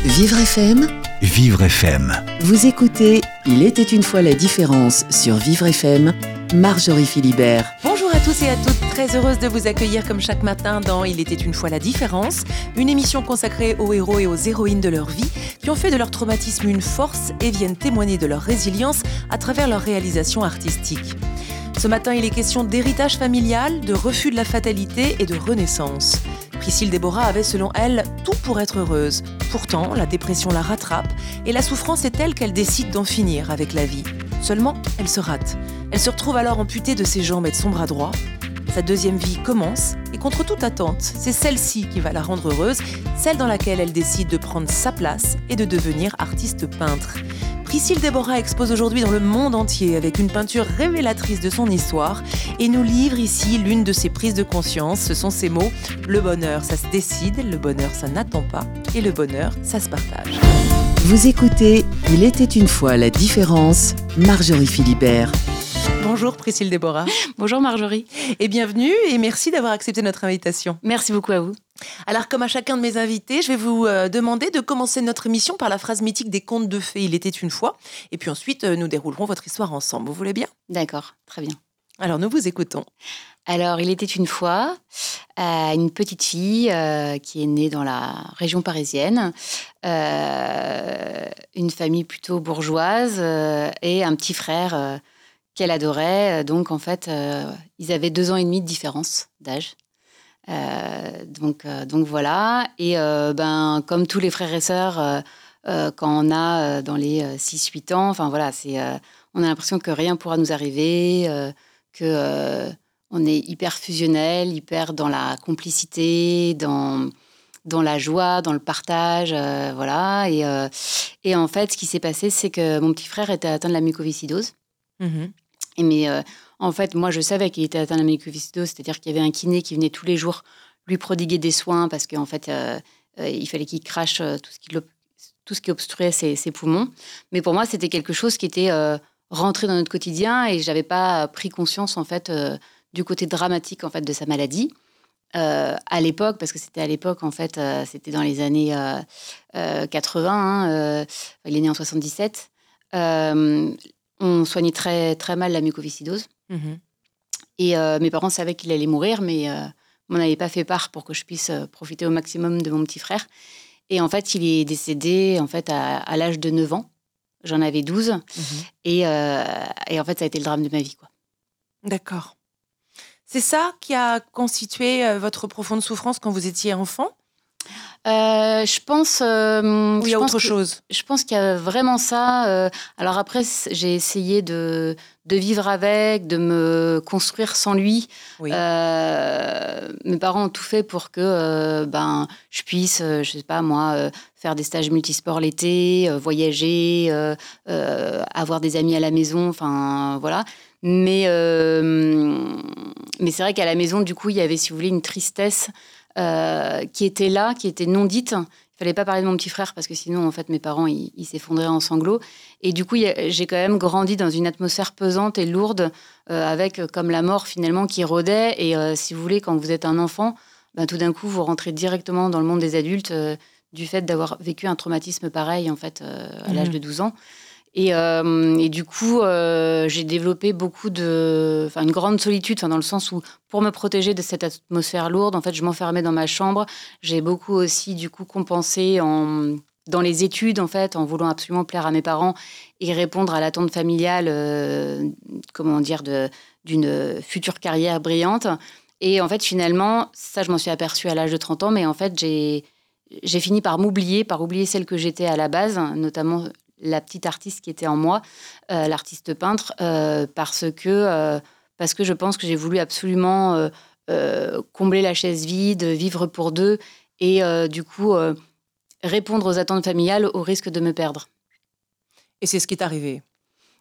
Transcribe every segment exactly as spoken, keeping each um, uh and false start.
Vivre F M. Vivre F M. Vous écoutez Il était une fois la différence sur Vivre F M. Marjorie Philibert. Bonjour à tous et à toutes, très heureuse de vous accueillir comme chaque matin dans Il était une fois la différence, une émission consacrée aux héros et aux héroïnes de leur vie qui ont fait de leur traumatisme une force et viennent témoigner de leur résilience à travers leur réalisation artistique. Ce matin, il est question d'héritage familial, de refus de la fatalité et de renaissance. Priscille Déborah avait, selon elle, tout pour être heureuse. Pourtant, la dépression la rattrape et la souffrance est telle qu'elle décide d'en finir avec la vie. Seulement, elle se rate. Elle se retrouve alors amputée de ses jambes et de son bras droit. Sa deuxième vie commence et contre toute attente, c'est celle-ci qui va la rendre heureuse, celle dans laquelle elle décide de prendre sa place et de devenir artiste peintre. Priscille Déborah expose aujourd'hui dans le monde entier avec une peinture révélatrice de son histoire et nous livre ici l'une de ses prises de conscience. Ce sont ces mots: le bonheur, ça se décide, le bonheur, ça n'attend pas et le bonheur, ça se partage. Vous écoutez Il était une fois la différence, Marjorie Philibert. Bonjour Priscille Déborah. Bonjour Marjorie. Et bienvenue et merci d'avoir accepté notre invitation. Merci beaucoup à vous. Alors, comme à chacun de mes invités, je vais vous euh, demander de commencer notre émission par la phrase mythique des contes de fées « Il était une fois ». Et puis ensuite, euh, nous déroulerons votre histoire ensemble. Vous voulez bien ? D'accord, très bien. Alors, nous vous écoutons. Alors, il était une fois euh, une petite fille euh, qui est née dans la région parisienne, euh, une famille plutôt bourgeoise euh, et un petit frère euh, qu'elle adorait. Donc, en fait, euh, ils avaient deux ans et demi de différence d'âge. Euh, donc, euh, donc voilà. Et euh, ben, comme tous les frères et sœurs, euh, euh, quand on a euh, dans les euh, six huit ans, enfin voilà, c'est, euh, on a l'impression que rien pourra nous arriver, euh, que euh, on est hyper fusionnel, hyper dans la complicité, dans dans la joie, dans le partage, euh, voilà. Et, euh, et en fait, ce qui s'est passé, c'est que mon petit frère était atteint de la mucoviscidose. Mmh. Et mais euh, en fait, moi, je savais qu'il était atteint de la mucoviscidose, c'est-à-dire qu'il y avait un kiné qui venait tous les jours lui prodiguer des soins parce qu'en fait, euh, euh, il fallait qu'il crache euh, tout ce qui, tout ce qui obstruait ses, ses poumons. Mais pour moi, c'était quelque chose qui était euh, rentré dans notre quotidien et je n'avais pas pris conscience en fait euh, du côté dramatique en fait de sa maladie. Euh, à l'époque, parce que c'était à l'époque, en fait, euh, c'était dans les années euh, euh, quatre-vingts, hein, euh, il est né en soixante-dix-sept, euh, on soignait très, très mal la mucoviscidose. Mmh. Et euh, mes parents savaient qu'il allait mourir, mais euh, on n'avait pas fait part pour que je puisse euh, profiter au maximum de mon petit frère. Et en fait, il est décédé en fait, à, à l'âge de neuf ans. J'en avais douze. Mmh. Et, euh, et en fait, ça a été le drame de ma vie, quoi. D'accord. C'est ça qui a constitué euh, votre profonde souffrance quand vous étiez enfant ? Euh, je pense. Euh, Ou il y a autre que, chose ? Je pense qu'il y a vraiment ça. Euh, alors après, j'ai essayé de, de vivre avec, de me construire sans lui. Oui. Euh, mes parents ont tout fait pour que euh, ben, je puisse, euh, je sais pas moi, euh, faire des stages multisports l'été, euh, voyager, euh, euh, avoir des amis à la maison, enfin voilà. Mais, euh, mais c'est vrai qu'à la maison, du coup, il y avait, si vous voulez, une tristesse Euh, qui était là, qui était non dite. Il ne fallait pas parler de mon petit frère parce que sinon, en fait, mes parents, ils, ils s'effondraient en sanglots. Et du coup, a, j'ai quand même grandi dans une atmosphère pesante et lourde euh, avec euh, comme la mort finalement qui rôdait. Et euh, si vous voulez, quand vous êtes un enfant, ben, tout d'un coup, vous rentrez directement dans le monde des adultes euh, du fait d'avoir vécu un traumatisme pareil en fait, euh, à mmh. l'âge de douze ans. Et, euh, et du coup, euh, j'ai développé beaucoup de, enfin, une grande solitude, enfin, dans le sens où, pour me protéger de cette atmosphère lourde, en fait, je m'enfermais dans ma chambre. J'ai beaucoup aussi, du coup, compensé en, dans les études, en fait, en voulant absolument plaire à mes parents et répondre à l'attente familiale, euh, comment dire, de, d'une future carrière brillante. Et en fait, finalement, ça, je m'en suis aperçue à l'âge de trente ans, mais en fait, j'ai, j'ai fini par m'oublier, par oublier celle que j'étais à la base, notamment la petite artiste qui était en moi, euh, l'artiste peintre, euh, parce que euh, parce que je pense que j'ai voulu absolument euh, euh, combler la chaise vide, vivre pour deux, et euh, du coup euh, répondre aux attentes familiales au risque de me perdre. Et c'est ce qui est arrivé.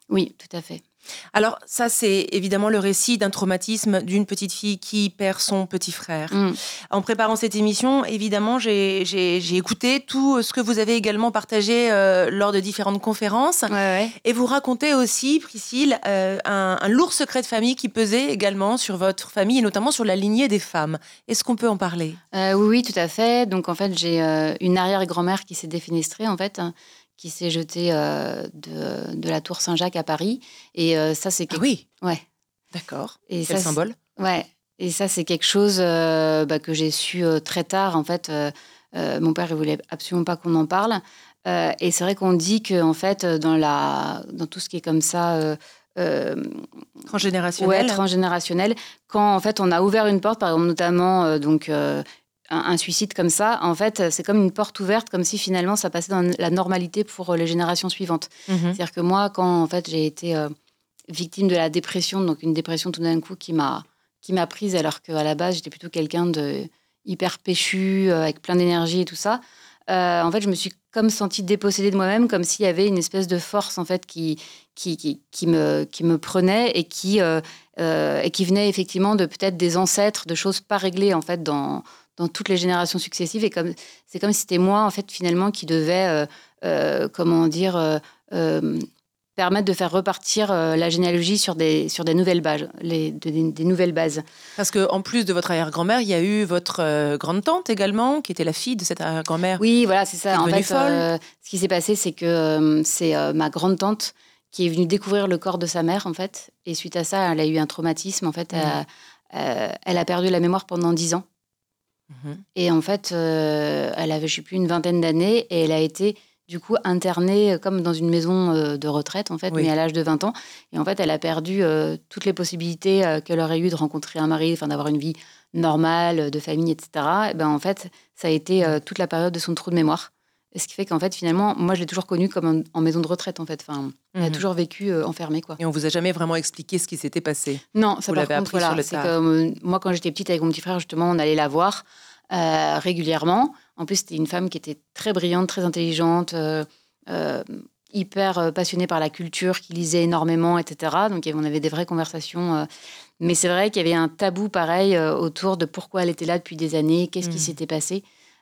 Oui, tout à fait. Alors ça, c'est évidemment le récit d'un traumatisme d'une petite fille qui perd son petit frère. Mmh. En préparant cette émission, évidemment, j'ai, j'ai, j'ai écouté tout ce que vous avez également partagé euh, lors de différentes conférences. Ouais, ouais. Et vous racontez aussi, Priscille, euh, un, un lourd secret de famille qui pesait également sur votre famille et notamment sur la lignée des femmes. Est-ce qu'on peut en parler ? euh, Oui, oui, tout à fait. Donc en fait, j'ai euh, une arrière-grand-mère qui s'est défenestrée en fait. qui s'est jetée euh, de, de la tour Saint-Jacques à Paris. Et euh, ça, c'est... Quelque... Ah oui. Ouais. D'accord. Et Quel ça, symbole ? Ouais. Et ça, c'est quelque chose euh, bah, que j'ai su euh, très tard. En fait, euh, euh, mon père, il voulait absolument pas qu'on en parle. Euh, et c'est vrai qu'on dit que, en fait, dans, la, dans tout ce qui est comme ça... Euh, euh, transgénérationnel. Ouais, transgénérationnel. Quand, en fait, on a ouvert une porte, par exemple, notamment... Euh, donc, euh, Un, un suicide comme ça, en fait, c'est comme une porte ouverte, comme si finalement ça passait dans la normalité pour les générations suivantes. Mmh. C'est-à-dire que moi, quand en fait j'ai été euh, victime de la dépression, donc une dépression tout d'un coup qui m'a qui m'a prise, alors qu'à la base j'étais plutôt quelqu'un de hyper péchu, euh, avec plein d'énergie et tout ça. Euh, en fait, je me suis comme sentie dépossédée de moi-même, comme s'il y avait une espèce de force en fait qui qui qui, qui me qui me prenait et qui euh, euh, et qui venait effectivement de peut-être des ancêtres, de choses pas réglées en fait dans dans toutes les générations successives. Et comme, c'est comme si c'était moi, en fait, finalement, qui devait, euh, euh, comment dire, euh, euh, permettre de faire repartir euh, la généalogie sur des, sur des nouvelles bases. Les, de, des, des nouvelles bases. Parce qu'en plus de votre arrière-grand-mère, il y a eu votre euh, grande-tante également, qui était la fille de cette arrière-grand-mère. Oui, voilà, c'est ça. En fait, folle. Euh, ce qui s'est passé, c'est que euh, c'est euh, ma grande-tante qui est venue découvrir le corps de sa mère, en fait. Et suite à ça, elle a eu un traumatisme. En fait, mmh. elle, euh, elle a perdu la mémoire pendant dix ans. Mmh. Et en fait, euh, elle avait, je sais plus, une vingtaine d'années et elle a été, du coup, internée comme dans une maison euh, de retraite, en fait, oui. mais à l'âge de vingt ans. Et en fait, elle a perdu euh, toutes les possibilités euh, qu'elle aurait eues de rencontrer un mari, enfin, d'avoir une vie normale, de famille, et cetera. Et ben, en fait, ça a été euh, toute la période de son trou de mémoire. Et ce qui fait qu'en fait, finalement, moi, je l'ai toujours connue comme en, en maison de retraite, en fait. Enfin, elle mmh. a toujours vécu euh, enfermée, quoi. Et on vous a jamais vraiment expliqué ce qui s'était passé ? Non, ça, vous par l'avez contre, appris voilà, sur le c'est tard. que euh, moi, quand j'étais petite avec mon petit frère, justement, on allait la voir euh, régulièrement. En plus, c'était une femme qui était très brillante, très intelligente, euh, euh, hyper passionnée par la culture, qui lisait énormément, et cetera. Donc, on avait des vraies conversations. Euh, mais c'est vrai qu'il y avait un tabou pareil euh, autour de pourquoi elle était là depuis des années, qu'est-ce mmh. qui s'était passé.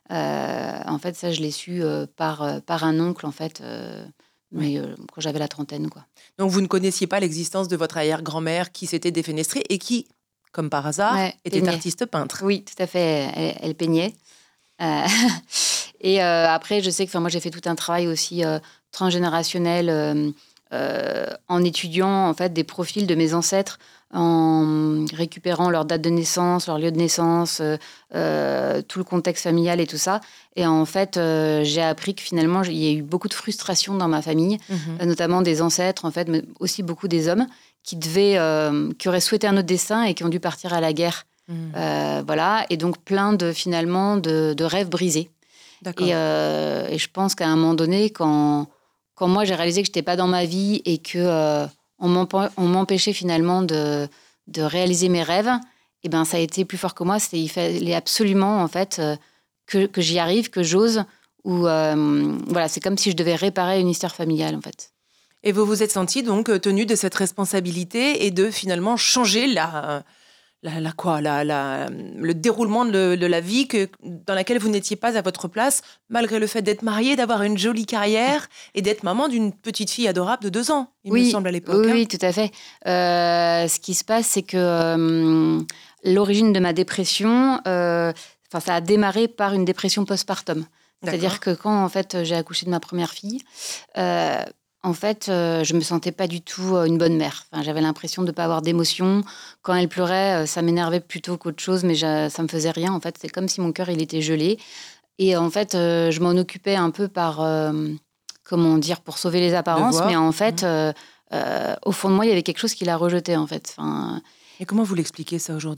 Euh, en fait, ça, je l'ai su euh, par, euh, par un oncle, en fait, euh, mais euh, quand j'avais la trentaine, quoi. Donc, vous ne connaissiez pas l'existence de votre arrière-grand-mère qui s'était défenestrée et qui, comme par hasard, ouais, était peignait. Artiste peintre. Oui, tout à fait, elle, elle peignait. Euh, et euh, après, je sais que moi, j'ai fait tout un travail aussi euh, transgénérationnel euh, euh, en étudiant, en fait, des profils de mes ancêtres, en récupérant leur date de naissance, leur lieu de naissance, euh, euh, tout le contexte familial et tout ça. Et en fait, euh, j'ai appris que finalement, il y a eu beaucoup de frustration dans ma famille, mmh. euh, notamment des ancêtres, en fait, mais aussi beaucoup des hommes qui, devaient, euh, qui auraient souhaité un autre destin et qui ont dû partir à la guerre. Mmh. Euh, voilà. Et donc, plein de, finalement, de, de rêves brisés. D'accord. Et, euh, et je pense qu'à un moment donné, quand, quand moi, j'ai réalisé que je n'étais pas dans ma vie et que... Euh, On m'empêchait finalement de, de réaliser mes rêves, et ben ça a été plus fort que moi. C'était, il fallait absolument en fait que, que j'y arrive, que j'ose. Ou euh, voilà, c'est comme si je devais réparer une histoire familiale en fait. Et vous vous êtes senti donc tenu de cette responsabilité et de finalement changer la, la, la quoi, la, la, le déroulement de, de la vie que, dans laquelle vous n'étiez pas à votre place, malgré le fait d'être mariée, d'avoir une jolie carrière et d'être maman d'une petite fille adorable de deux ans, il oui, me semble à l'époque. Oui, hein. oui, tout à fait. Euh, ce qui se passe, c'est que euh, l'origine de ma dépression, euh, ça a démarré par une dépression postpartum. C'est-à-dire D'accord. que quand en fait, j'ai accouché de ma première fille, euh, en fait, euh, je me sentais pas du tout euh, une bonne mère. Enfin, j'avais l'impression de pas avoir d'émotion. Quand elle pleurait, euh, ça m'énervait plutôt qu'autre chose, mais je, ça me faisait rien. En fait, c'est comme si mon cœur il était gelé. Et en fait, euh, je m'en occupais un peu par, euh, comment dire, pour sauver les apparences. Mais en fait, mmh. euh, euh, au fond de moi, il y avait quelque chose qui la rejetait. En fait. Enfin, Et comment vous l'expliquez ça aujourd'hui ?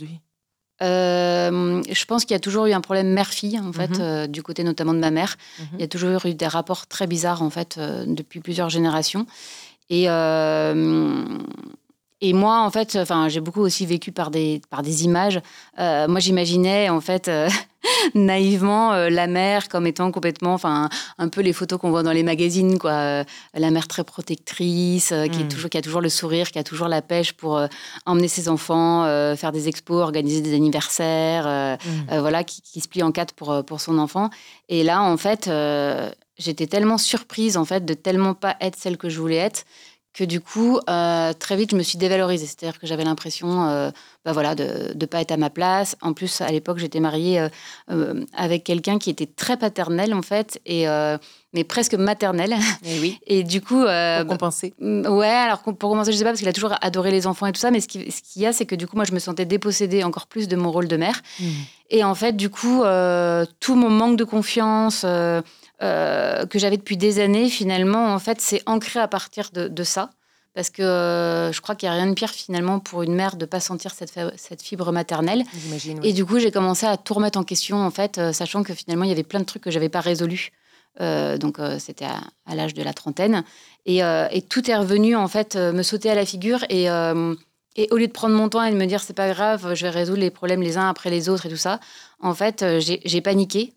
Euh, je pense qu'il y a toujours eu un problème mère-fille, en fait, mmh. euh, du côté notamment de ma mère. Mmh. Il y a toujours eu des rapports très bizarres, en fait, euh, depuis plusieurs générations. Et, euh, Et moi, en fait, enfin, j'ai beaucoup aussi vécu par des, par des images. Euh, moi, j'imaginais, en fait, euh, naïvement, euh, la mer comme étant complètement, enfin, un peu les photos qu'on voit dans les magazines, quoi. Euh, la mère très protectrice, euh, qui, mmh. est toujours, qui a toujours le sourire, qui a toujours la pêche pour euh, emmener ses enfants, euh, faire des expos, organiser des anniversaires, euh, mmh. euh, voilà, qui, qui se plie en quatre pour, pour son enfant. Et là, en fait, euh, j'étais tellement surprise, en fait, de tellement pas être celle que je voulais être, que du coup, euh, très vite, je me suis dévalorisée. C'est-à-dire que j'avais l'impression euh, bah voilà, de ne pas être à ma place. En plus, à l'époque, j'étais mariée euh, euh, avec quelqu'un qui était très paternel, en fait, et, euh, mais presque maternel. Et oui. Et du coup... Euh, pour compenser. Bah, ouais, alors pour compenser, je ne sais pas, parce qu'il a toujours adoré les enfants et tout ça, mais ce qu'il ce qu'il y a, c'est que du coup, moi, je me sentais dépossédée encore plus de mon rôle de mère. Mmh. Et en fait, du coup, euh, tout mon manque de confiance... Euh, Euh, que j'avais depuis des années, finalement, en fait, c'est ancré à partir de, de ça. Parce que euh, je crois qu'il n'y a rien de pire, finalement, pour une mère de ne pas sentir cette, cette fibre maternelle. J'imagine, oui. Et du coup, j'ai commencé à tout remettre en question, en fait, euh, sachant que finalement, il y avait plein de trucs que je n'avais pas résolus. Euh, donc, euh, c'était à, à l'âge de la trentaine. Et, euh, et tout est revenu, en fait, euh, me sauter à la figure. Et, euh, et au lieu de prendre mon temps et de me dire, c'est pas grave, je vais résoudre les problèmes les uns après les autres et tout ça, en fait, euh, j'ai, j'ai paniqué.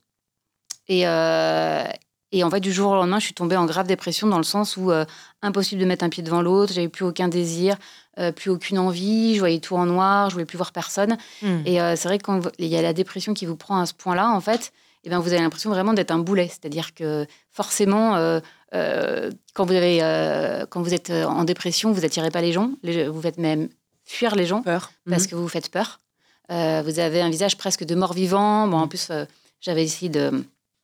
Et, euh, et en fait, du jour au lendemain, je suis tombée en grave dépression dans le sens où euh, impossible de mettre un pied devant l'autre, j'avais plus aucun désir, euh, plus aucune envie, je voyais tout en noir, je voulais plus voir personne. Mmh. Et euh, c'est vrai que quand il y a la dépression qui vous prend à ce point-là, en fait, eh ben, vous avez l'impression vraiment d'être un boulet. C'est-à-dire que forcément, euh, euh, quand, vous avez, euh, quand vous êtes en dépression, vous n'attirez pas les gens, les, vous faites même fuir les gens peur. parce mmh. que vous vous faites peur. Euh, vous avez un visage presque de mort-vivant. Bon, en plus, euh, j'avais essayé de...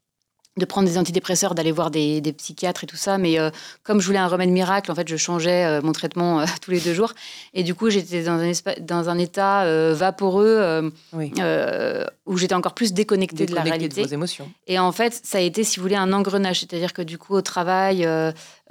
de prendre des antidépresseurs, d'aller voir des, des psychiatres et tout ça. Mais euh, comme je voulais un remède miracle, en fait, je changeais euh, mon traitement euh, tous les deux jours. Et du coup, j'étais dans un, espa- dans un état euh, vaporeux euh, oui. euh, où j'étais encore plus déconnectée, déconnectée de la réalité. De vos émotions. Et en fait, ça a été, si vous voulez, un engrenage. C'est-à-dire que du coup, au travail, euh,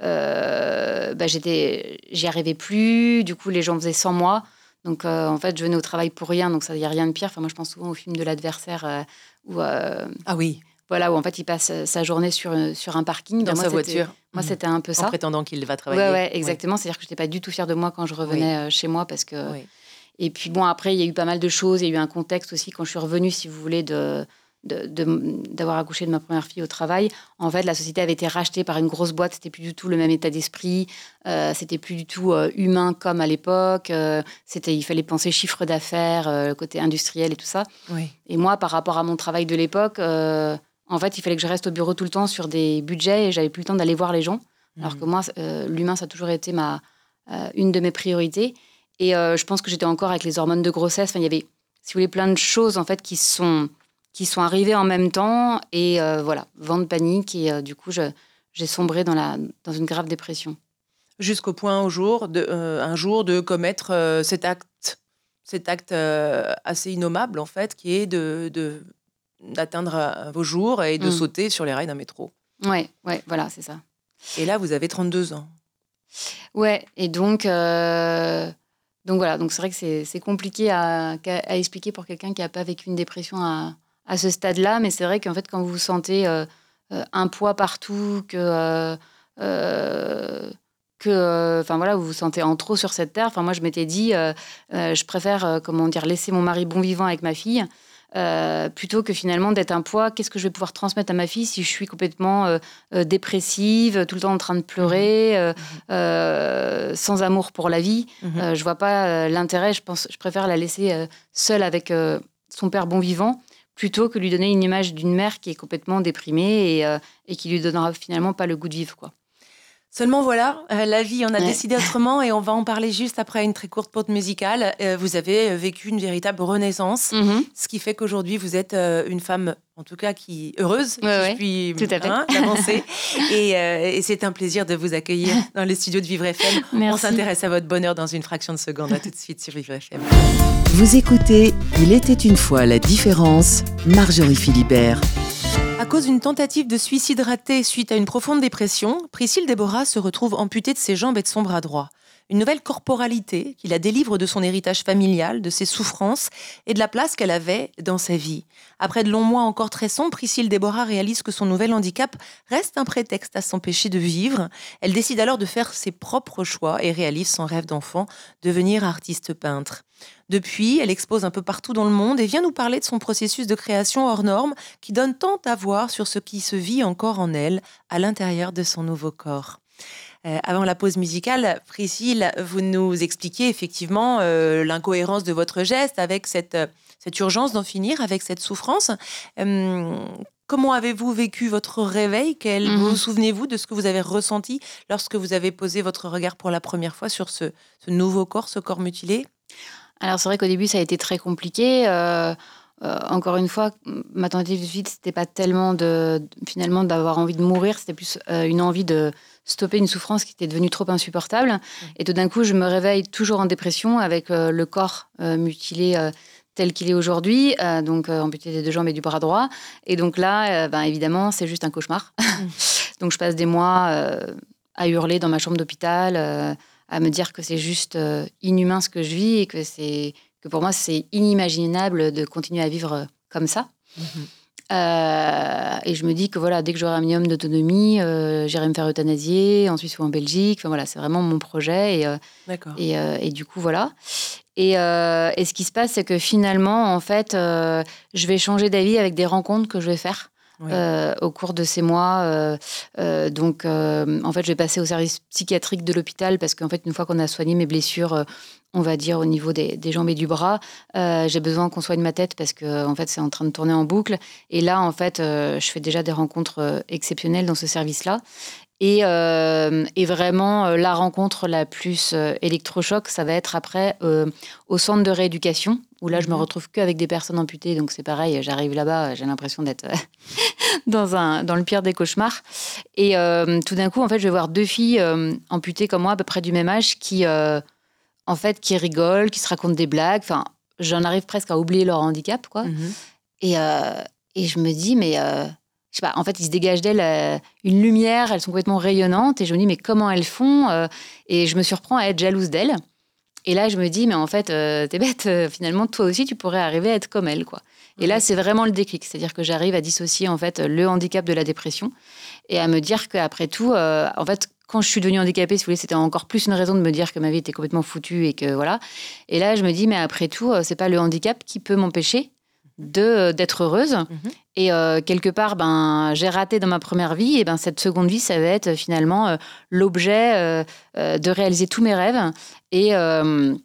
euh, bah, j'étais, j'y arrivais plus. Du coup, les gens faisaient sans moi. Donc, euh, en fait, je venais au travail pour rien. Donc, ça n'y a rien de pire. Enfin, moi, je pense souvent au film de l'adversaire euh, où... Euh, ah oui. Voilà, où en fait, il passe sa journée sur, sur un parking. Dans ben, moi, sa c'était, voiture. Moi, mmh. c'était un peu ça. En prétendant qu'il va travailler. Ouais, ouais, exactement. Oui. C'est-à-dire que je n'étais pas du tout fière de moi quand je revenais oui. chez moi. Parce que... Oui. Et puis, bon, après, il y a eu pas mal de choses. Il y a eu un contexte aussi quand je suis revenue, si vous voulez, de, de, de, d'avoir accouché de ma première fille au travail. En fait, la société avait été rachetée par une grosse boîte. C'était plus du tout le même état d'esprit. Euh, c'était plus du tout euh, humain comme à l'époque. Euh, c'était, il fallait penser chiffre d'affaires, euh, côté industriel et tout ça. Oui. Et moi, par rapport à mon travail de l'époque... Euh, En fait, il fallait que je reste au bureau tout le temps sur des budgets et j'avais plus le temps d'aller voir les gens. Mmh. Alors que moi, euh, l'humain, ça a toujours été ma, euh, une de mes priorités. Et euh, je pense que j'étais encore avec les hormones de grossesse. Enfin, il y avait, si vous voulez, plein de choses en fait qui sont, qui sont arrivées en même temps. Et euh, voilà, vent de panique. Et euh, du coup, je, j'ai sombré dans, la, dans une grave dépression. Jusqu'au point au jour de, euh, un jour de commettre euh, cet acte, cet acte euh, assez innommable, en fait, qui est de... de... d'atteindre vos jours et de mmh. sauter sur les rails d'un métro. Ouais, ouais, voilà, c'est ça. Et là, vous avez trente-deux ans. Ouais, et donc, euh, donc voilà, donc c'est vrai que c'est, c'est compliqué à, à expliquer pour quelqu'un qui n'a pas vécu une dépression à, à ce stade-là, mais c'est vrai qu'en fait, quand vous vous sentez euh, un poids partout, que... Euh, euh, que, enfin euh, voilà, vous vous sentez en trop sur cette terre. Enfin moi, je m'étais dit, euh, euh, je préfère, euh, comment dire, laisser mon mari bon vivant avec ma fille, Euh, plutôt que finalement d'être un poids. Qu'est-ce que je vais pouvoir transmettre à ma fille si je suis complètement euh, euh, dépressive, tout le temps en train de pleurer, euh, euh, sans amour pour la vie. Mmh. Euh, je vois pas euh, l'intérêt. Je pense, je préfère la laisser euh, seule avec euh, son père bon vivant, plutôt que lui donner une image d'une mère qui est complètement déprimée et, euh, et qui lui donnera finalement pas le goût de vivre, quoi. Seulement voilà, euh, la vie en a ouais. décidé autrement et on va en parler juste après une très courte pause musicale. Euh, vous avez vécu une véritable renaissance, mm-hmm. ce qui fait qu'aujourd'hui vous êtes euh, une femme, en tout cas, qui heureuse, ouais, si ouais. je puis tout à fait. Hein, l'avancer. et, euh, et c'est un plaisir de vous accueillir dans les studios de Vivre F M. Merci. On s'intéresse à votre bonheur dans une fraction de seconde. À tout de suite sur Vivre F M. Vous écoutez Il était une fois la différence, Marjorie Philibert. À cause d'une tentative de suicide ratée suite à une profonde dépression, Priscille Déborah se retrouve amputée de ses jambes et de son bras droit. une nouvelle corporalité qui la délivre de son héritage familial, de ses souffrances et de la place qu'elle avait dans sa vie. Après de longs mois encore très sombres, Priscille Déborah réalise que son nouvel handicap reste un prétexte à s'empêcher de vivre. Elle décide alors de faire ses propres choix et réalise son rêve d'enfant, devenir artiste peintre. Depuis, elle expose un peu partout dans le monde et vient nous parler de son processus de création hors norme qui donne tant à voir sur ce qui se vit encore en elle, à l'intérieur de son nouveau corps. Euh, avant la pause musicale, Priscille, vous nous expliquiez effectivement euh, l'incohérence de votre geste avec cette, cette urgence d'en finir, avec cette souffrance. Euh, comment avez-vous vécu votre réveil ? Quel, mmh. Vous souvenez-vous de ce que vous avez ressenti lorsque vous avez posé votre regard pour la première fois sur ce, ce nouveau corps, ce corps mutilé ? Alors c'est vrai qu'au début ça a été très compliqué. Euh, euh, encore une fois, ma tentative de vie c'était pas tellement de finalement d'avoir envie de mourir, c'était plus euh, une envie de stopper une souffrance qui était devenue trop insupportable. Mmh. Et tout d'un coup je me réveille toujours en dépression avec euh, le corps euh, mutilé euh, tel qu'il est aujourd'hui, euh, donc euh, amputé des deux jambes et du bras droit. Et donc là, euh, ben, évidemment c'est juste un cauchemar. Mmh. Donc je passe des mois euh, à hurler dans ma chambre d'hôpital. Euh, à me dire que c'est juste euh, inhumain ce que je vis et que, c'est, que pour moi, c'est inimaginable de continuer à vivre comme ça. Mmh. Euh, et je me dis que voilà, dès que j'aurai un minimum d'autonomie, euh, j'irai me faire euthanasier en Suisse ou en Belgique. Enfin, voilà, c'est vraiment mon projet. Et, euh, D'accord. Et, euh, et du coup, voilà. Et, euh, et ce qui se passe, c'est que finalement, en fait, euh, je vais changer d'avis avec des rencontres que je vais faire. Oui. Euh, au cours de ces mois. Euh, euh, donc, euh, en fait, je vais passer au service psychiatrique de l'hôpital parce qu'en fait, une fois qu'on a soigné mes blessures, euh, on va dire au niveau des, des jambes et du bras, euh, j'ai besoin qu'on soigne ma tête parce que en fait, c'est en train de tourner en boucle. Et là, en fait, euh, je fais déjà des rencontres euh, exceptionnelles dans ce service-là. Et, euh, et vraiment, euh, la rencontre la plus euh, électrochoc, ça va être après euh, au centre de rééducation, où là, je me retrouve qu'avec des personnes amputées. Donc, c'est pareil, j'arrive là-bas, j'ai l'impression d'être dans, un, dans le pire des cauchemars. Et euh, tout d'un coup, en fait, je vais voir deux filles euh, amputées comme moi, à peu près du même âge, qui, euh, en fait, qui rigolent, qui se racontent des blagues. Enfin, j'en arrive presque à oublier leur handicap, quoi. Mm-hmm. Et, euh, et je me dis, mais... Euh, je sais pas, en fait, il se dégage d'elles euh, une lumière, elles sont complètement rayonnantes, et je me dis, mais comment elles font euh, Et je me surprends à être jalouse d'elles. Et là, je me dis, mais en fait, euh, t'es bête, euh, finalement, toi aussi, tu pourrais arriver à être comme elles, quoi. Et ouais. Là, c'est vraiment le déclic, c'est-à-dire que j'arrive à dissocier, en fait, le handicap de la dépression, et à me dire qu'après tout, euh, en fait, quand je suis devenue handicapée, si vous voulez, c'était encore plus une raison de me dire que ma vie était complètement foutue, et que voilà. Et là, je me dis, mais après tout, euh, c'est pas le handicap qui peut m'empêcher de, d'être heureuse. Mmh. Et euh, quelque part, ben, j'ai raté dans ma première vie, et ben, cette seconde vie, ça va être finalement euh, l'objet euh, euh, de réaliser tous mes rêves et, euh,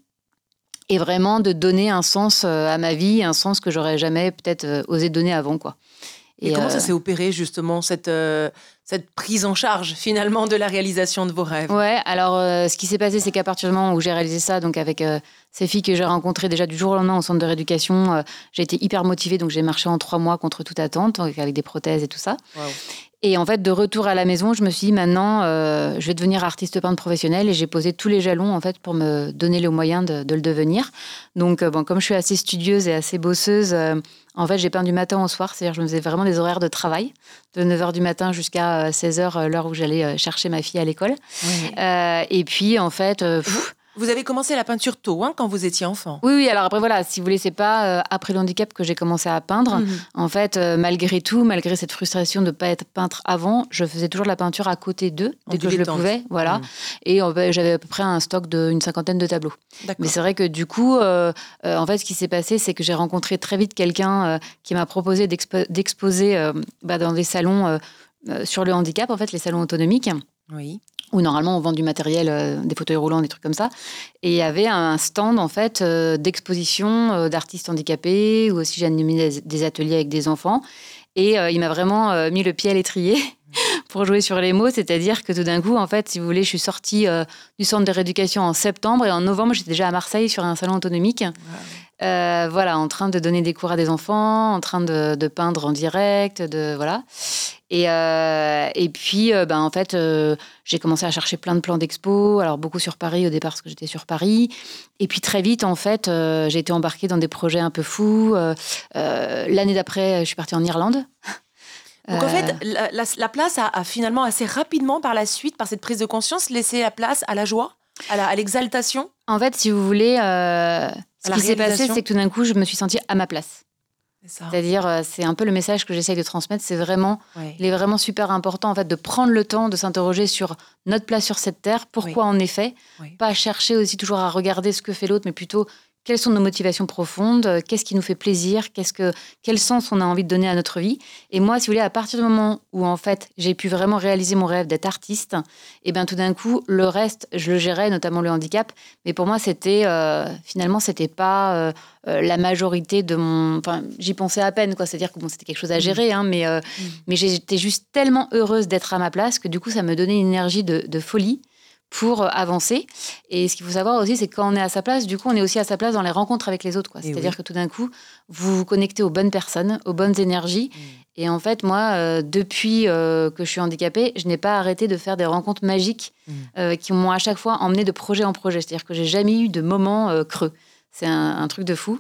et vraiment de donner un sens à ma vie, un sens que j'aurais jamais peut-être euh, osé donner avant, quoi. Et, et comment euh... ça s'est opéré, justement, cette, euh, cette prise en charge, finalement, de la réalisation de vos rêves ? Ouais, alors, euh, ce qui s'est passé, c'est qu'à partir du moment où j'ai réalisé ça, donc avec euh, ces filles que j'ai rencontrées déjà du jour au lendemain au centre de rééducation, euh, j'ai été hyper motivée, donc j'ai marché en trois mois contre toute attente, avec des prothèses et tout ça. Wow. Et en fait, de retour à la maison, je me suis dit, maintenant, euh, je vais devenir artiste peintre professionnel, et j'ai posé tous les jalons, en fait, pour me donner le moyen de, de le devenir. Donc, euh, bon, comme je suis assez studieuse et assez bosseuse, euh, en fait, j'ai peint du matin au soir, c'est-à-dire que je me faisais vraiment des horaires de travail, de neuf heures du matin jusqu'à seize heures, l'heure où j'allais chercher ma fille à l'école. Oui. Euh, et puis, en fait... Euh, pff, Vous avez commencé la peinture tôt, hein, quand vous étiez enfant. Oui, oui. Alors après, voilà, si vous voulez, c'est pas euh, après le handicap que j'ai commencé à peindre. Mmh. En fait, euh, malgré tout, malgré cette frustration de ne pas être peintre avant, je faisais toujours de la peinture à côté d'eux, dès que je le pouvais. Voilà. Mmh. Et euh, j'avais à peu près un stock d'une cinquantaine de tableaux. D'accord. Mais c'est vrai que du coup, euh, euh, en fait, ce qui s'est passé, c'est que j'ai rencontré très vite quelqu'un euh, qui m'a proposé d'expo- d'exposer euh, bah, dans des salons euh, euh, sur le handicap, en fait, les salons autonomiques. Oui. Où normalement on vend du matériel, euh, des fauteuils roulants, des trucs comme ça. Et il y avait un stand en fait euh, d'exposition euh, d'artistes handicapés, ou aussi j'ai animé des, des ateliers avec des enfants. Et euh, il m'a vraiment euh, mis le pied à l'étrier pour jouer sur les mots, c'est-à-dire que tout d'un coup, en fait, si vous voulez, je suis sortie euh, du centre de rééducation en septembre, et en novembre, j'étais déjà à Marseille sur un salon autonomique. Wow. Euh, voilà, en train de donner des cours à des enfants, en train de, de peindre en direct, de voilà. Et, euh, et puis, euh, ben, en fait, euh, j'ai commencé à chercher plein de plans d'expo, alors beaucoup sur Paris au départ, parce que j'étais sur Paris. Et puis très vite, en fait, euh, j'ai été embarquée dans des projets un peu fous. Euh, euh, l'année d'après, je suis partie en Irlande. Donc, en fait, la, la, la place a, a finalement assez rapidement, par la suite, par cette prise de conscience, laissé la place à la joie ? à, la, à l'exaltation? En fait, si vous voulez, euh, ce qui s'est passé, c'est que tout d'un coup, je me suis sentie à ma place. C'est ça. C'est-à-dire, euh, c'est un peu le message que j'essaye de transmettre. C'est vraiment, ouais. Il est vraiment super important en fait de prendre le temps de s'interroger sur notre place sur cette terre. Pourquoi oui. En effet, oui. Pas chercher aussi toujours à regarder ce que fait l'autre, mais plutôt quelles sont nos motivations profondes, qu'est-ce qui nous fait plaisir, qu'est-ce que, quel sens on a envie de donner à notre vie. Et moi, si vous voulez, à partir du moment où en fait j'ai pu vraiment réaliser mon rêve d'être artiste, et bien tout d'un coup, le reste, je le gérais, notamment le handicap. Mais pour moi, c'était euh, finalement, c'était pas euh, euh, la majorité de mon. Enfin, j'y pensais à peine, quoi. C'est-à-dire que bon, c'était quelque chose à gérer, hein, mais euh, mmh. mais j'étais juste tellement heureuse d'être à ma place que du coup, ça me donnait une énergie de, de folie pour avancer. Et ce qu'il faut savoir aussi, c'est que quand on est à sa place, du coup, on est aussi à sa place dans les rencontres avec les autres, quoi. C'est-à-dire oui. que tout d'un coup, vous vous connectez aux bonnes personnes, aux bonnes énergies. Mmh. Et en fait, moi, euh, depuis euh, que je suis handicapée, je n'ai pas arrêté de faire des rencontres magiques mmh. euh, qui m'ont à chaque fois emmené de projet en projet. C'est-à-dire que j'ai jamais eu de moment euh, creux. C'est un, un truc de fou.